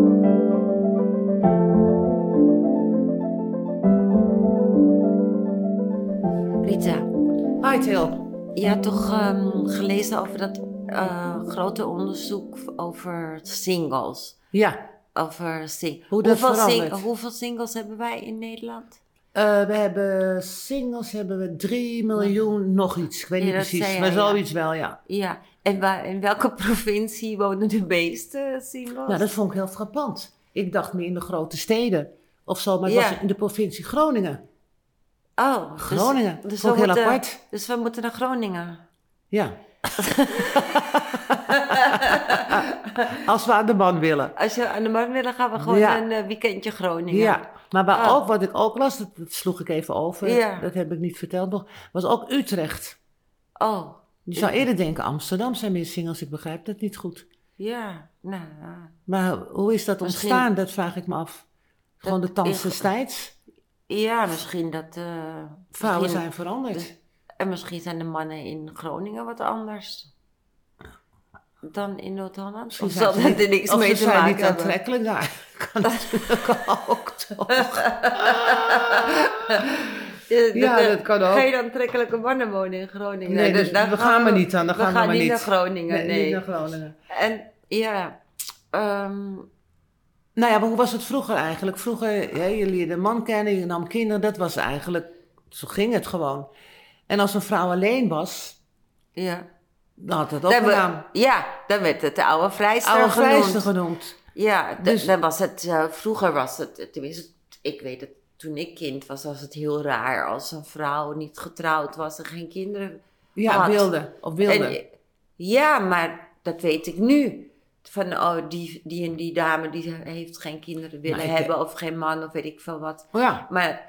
Rita, Hi Til. je had toch gelezen over dat grote onderzoek over singles? Ja, hoe dat verandert. Hoeveel singles hebben wij in Nederland? We hebben singles, 3 miljoen nog iets. Ik weet niet dat precies, zei maar jij, zoiets wel, ja. Ja, en in welke provincie wonen de meeste singles? Nou, dat vond ik heel frappant. Ik dacht meer in de grote steden of zo, maar het Ja. was in de provincie Groningen. Oh, Groningen, dus vond ik heel moeten, apart. Dus we moeten naar Groningen. Ja. Als we aan de man willen. Als je aan de man willen, gaan we gewoon een weekendje Groningen. Ja, maar ook, wat ik ook las, dat sloeg ik even over, Ja. dat heb ik niet verteld nog, was ook Utrecht. Oh. Je zou eerder denken, Amsterdam zijn meer singles, ik begrijp dat niet goed. Ja, nou. Maar hoe is dat Misschien- ontstaan, dat vraag ik me af. Gewoon de tand des tijds. Ja, misschien dat... Vrouwen misschien- zijn veranderd. dus- En misschien zijn de mannen in Groningen wat anders dan in Noord-Holland. Misschien Of zal zijn dat er niks of mee ze te zijn maken niet hebben? aantrekkelijk daar. Kan natuurlijk ook toch. Dat kan ook. Geen aantrekkelijke mannen wonen in Groningen. Nee, dus daar we gaan maar niet aan. We gaan niet naar Groningen, nee. Niet naar Groningen. En ja... Nou ja, maar hoe was het vroeger eigenlijk? Vroeger, je leerde een man kennen, je nam kinderen. Dat was eigenlijk, zo ging het gewoon. En als een vrouw alleen was, ja. dan had het ook een naam. Ja, dan werd het de oude vrijster Oude genoemd. vrijster genoemd. Ja, Dus- dan was het... vroeger was het... Tenminste, ik weet het... Toen ik kind was het heel raar als een vrouw niet getrouwd was en geen kinderen Ja, had. wilde. En, ja, maar dat weet ik nu. Van, die en die dame die heeft geen kinderen willen Nou, hebben of geen man of weet ik veel wat. Oh ja. Maar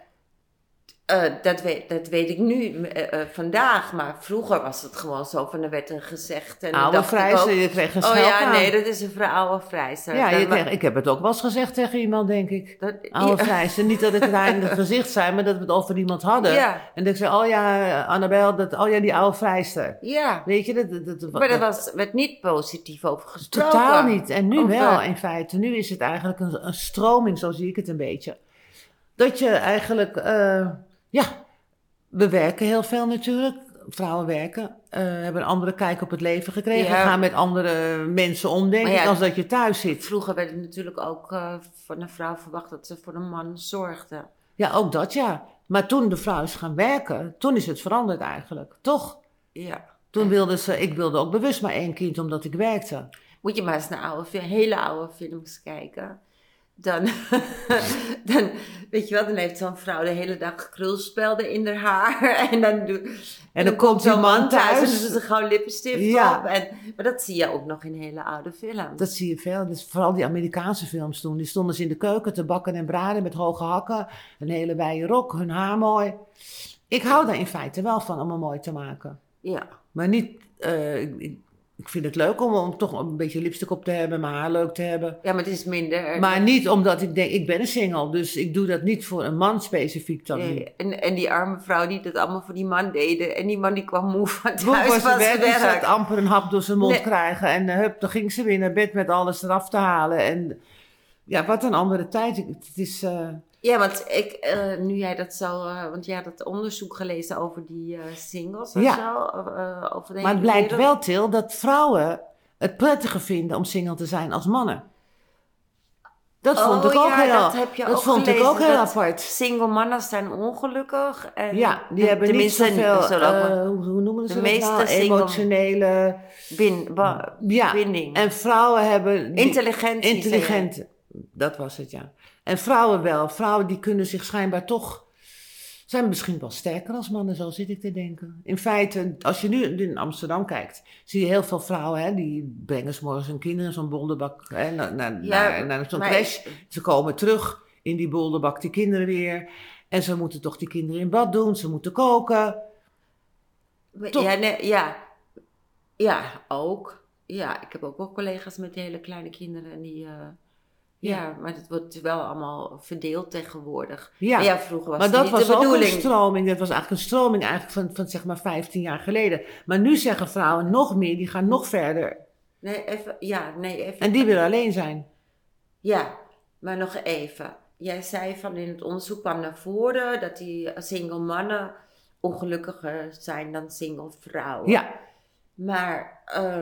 dat weet ik nu vandaag. Maar vroeger was het gewoon zo van, er werd er gezegd. En dan Oude dacht ik vrijster, ook, je kreeg een oh scheld ja, aan. nee, dat is een oude vrijster. Ja, Dan- ik heb het ook wel eens gezegd tegen iemand, denk ik. Oude ja. vrijster. Niet dat ik het haar in het gezicht zei, maar dat we het over iemand hadden. Ja. En dat ik zei, oh ja, Annabel, die oude vrijster. Ja, Weet je, maar werd niet positief over gesproken. totaal niet. En nu Of, wel, in feite. Nu is het eigenlijk een stroming, zo zie ik het een beetje. Dat je eigenlijk, we werken heel veel natuurlijk. Vrouwen werken, hebben een andere kijk op het leven gekregen. Ja. Gaan met andere mensen om, denk Maar ik, ja, als dat je thuis zit. Vroeger werd het natuurlijk ook van een vrouw verwacht dat ze voor een man zorgde. Ja, ook dat ja. Maar toen de vrouw is gaan werken, toen is het veranderd eigenlijk. Toch? Ja. Toen ik wilde ook bewust maar 1 kind omdat ik werkte. Moet je maar eens naar hele oude films kijken. Dan, weet je wel, dan heeft zo'n vrouw de hele dag krulspelden in haar haar. En dan komt zo'n man thuis en doet ze gauw lippenstift Ja. op. Maar dat zie je ook nog in hele oude films. Dat zie je veel. Dus vooral die Amerikaanse films toen. Die stonden ze in de keuken te bakken en braden met hoge hakken. Een hele wijde rok, hun haar mooi. Ik hou daar in feite wel van om me mooi te maken. Ja. Maar niet... ik vind het leuk om toch een beetje lipstick op te hebben, mijn haar leuk te hebben. Ja, maar het is minder. Maar niet omdat ik denk, ik ben een single. Dus ik doe dat niet voor een man specifiek dan niet. En die arme vrouw die dat allemaal voor die man deden. En die man die kwam moe van Hoe thuis was van ze zijn weg? Die werk. zat amper een hap door zijn mond Nee. krijgen. En hup, dan ging ze weer naar bed met alles eraf te halen. En ja, wat een andere tijd. Het is... Ja, want nu jij dat zo... want jij had dat onderzoek gelezen over die singles of Ja. zo. Over de Maar het hele blijkt wereld. wel, Til, dat vrouwen het prettiger vinden om single te zijn als mannen. Dat vond ik ook dat heb je dat ook vond ik gelezen, ook heel dat apart. Single mannen zijn ongelukkig. En Ja, die hebben niet zoveel, hoe noemen ze de dat meeste nou? single- Emotionele... Ja, binding. en vrouwen hebben... Intelligentie. Intelligent, dat was het, ja. En vrouwen wel. Vrouwen die kunnen zich schijnbaar toch... zijn misschien wel sterker als mannen, zo zit ik te denken. In feite, als je nu in Amsterdam kijkt... zie je heel veel vrouwen, hè, die brengen 's morgens hun kinderen in zo'n bolderbak... Hè, naar zo'n maar crash. Ze komen terug in die bolderbak, die kinderen weer... en ze moeten toch die kinderen in bad doen, ze moeten koken... Toch? Ja, nee, ja, ook. Ja, ik heb ook wel collega's met hele kleine kinderen. En die, ja, maar het wordt wel allemaal verdeeld tegenwoordig. Ja, Maar ja, vroeger was maar het dat niet was de ook bedoeling. een stroming. Dat was eigenlijk een stroming van zeg maar 15 jaar geleden. Maar nu zeggen vrouwen nog meer, die gaan nog verder. Nee, even. En die willen alleen zijn. Ja, maar nog even. Jij zei van in het onderzoek kwam naar voren dat die single mannen ongelukkiger zijn dan single vrouwen. Ja. Maar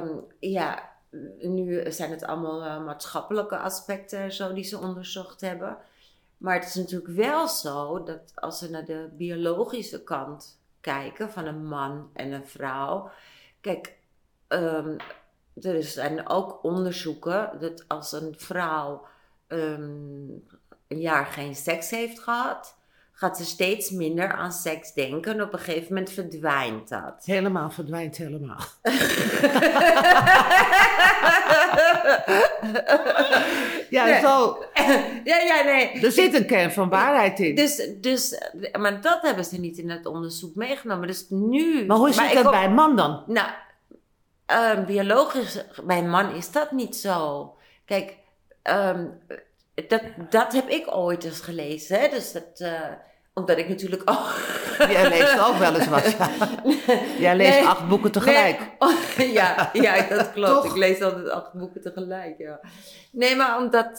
nu zijn het allemaal maatschappelijke aspecten zo die ze onderzocht hebben. Maar het is natuurlijk wel zo dat als we naar de biologische kant kijken van een man en een vrouw. Kijk, er zijn ook onderzoeken dat als een vrouw een jaar geen seks heeft gehad, gaat ze steeds minder aan seks denken. En op een gegeven moment verdwijnt dat. Verdwijnt helemaal. Ja, nee. Zo. Ja, nee. Er zit een kern van waarheid in. Maar dat hebben ze niet in het onderzoek meegenomen. Dus nu... Maar hoe zit dat bij een man dan? Nou, biologisch, bij een man is dat niet zo. Kijk, dat heb ik ooit eens gelezen. Hè? Dus dat... omdat ik natuurlijk ook... Jij leest ook wel eens wat. Ja. Jij leest 8 boeken tegelijk. Nee. Ja, dat klopt. Toch? Ik lees altijd 8 boeken tegelijk, ja. Nee, maar omdat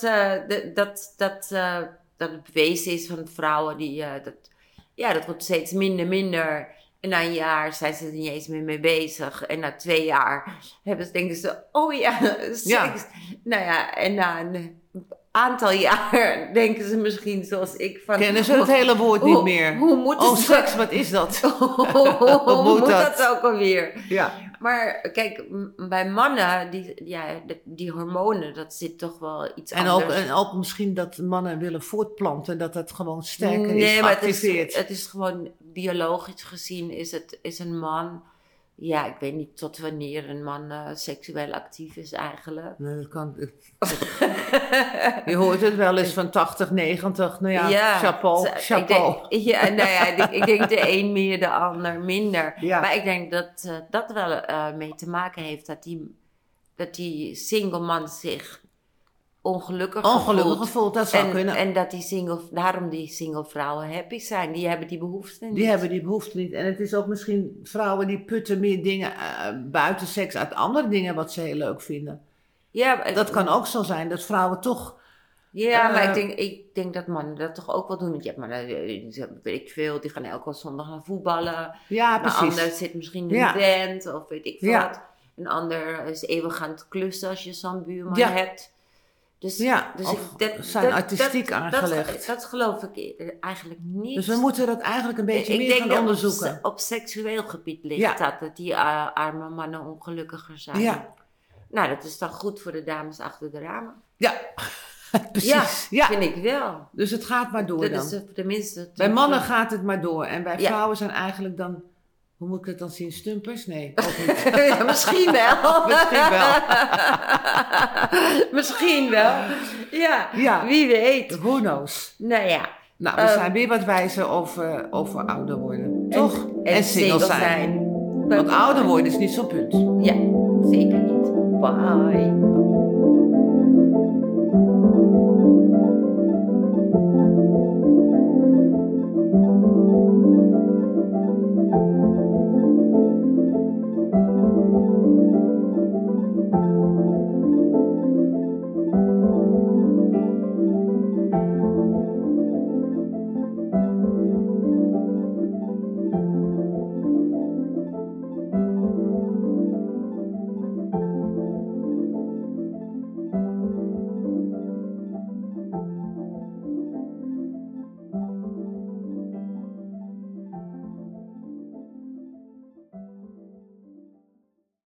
dat het bewezen is van vrouwen die... dat wordt steeds minder. En na een jaar zijn ze er niet eens meer mee bezig. En na 2 jaar denken ze... Oh ja, seks. Ja. Nou ja, en na een aantal jaar denken ze misschien zoals ik van... Kennen ze het hele woord niet meer? Hoe moet het seks, wat is dat? Hoe moet dat ook alweer? Ja. Maar kijk, bij mannen, die hormonen, dat zit toch wel iets anders. En ook misschien dat mannen willen voortplanten, dat dat gewoon sterker is geactiveerd. Maar het is gewoon biologisch gezien is een man... Ja, ik weet niet tot wanneer een man seksueel actief is eigenlijk. Nee, dat kan... Je hoort het wel eens van 80, 90. Nou ja, chapeau. Ik denk de een meer, de ander minder. Ja. Maar ik denk dat dat wel mee te maken heeft dat die single man zich ongelukkig voelt. Dat zou kunnen. En dat daarom die single vrouwen happy zijn. Die hebben die behoefte niet. En het is ook misschien vrouwen die putten meer dingen buiten seks uit andere dingen wat ze heel leuk vinden. Ja, dat kan ook zo zijn, dat vrouwen toch... Ja, maar ik denk dat mannen dat toch ook wel doen. Want je hebt mannen, weet ik veel, die gaan elke zondag naar voetballen. Ja, precies. Een ander zit misschien in een band of weet ik veel wat. Een ander is eeuwig aan het klussen als je zo'n buurman hebt. Dus zijn artistiek aangelegd. Dat geloof ik eigenlijk niet. Dus we moeten dat eigenlijk een beetje meer gaan onderzoeken. Ik denk dat op seksueel gebied ligt dat die arme mannen ongelukkiger zijn. Ja. Nou, dat is dan goed voor de dames achter de ramen. Ja, precies. Ja, vind ik wel. Dus het gaat maar door dan. Is tenminste bij mannen gaat het maar door. En bij vrouwen zijn eigenlijk dan... Hoe moet ik het dan zien? Stumpers? Nee, ook niet. Ja, misschien wel. Misschien wel. Ja, wie weet. Who knows? Nou ja. Nou, we zijn weer wat wijzer over ouder worden. Toch? En single zijn. Want ouder worden is niet zo'n punt. Ja, zeker niet. Bye.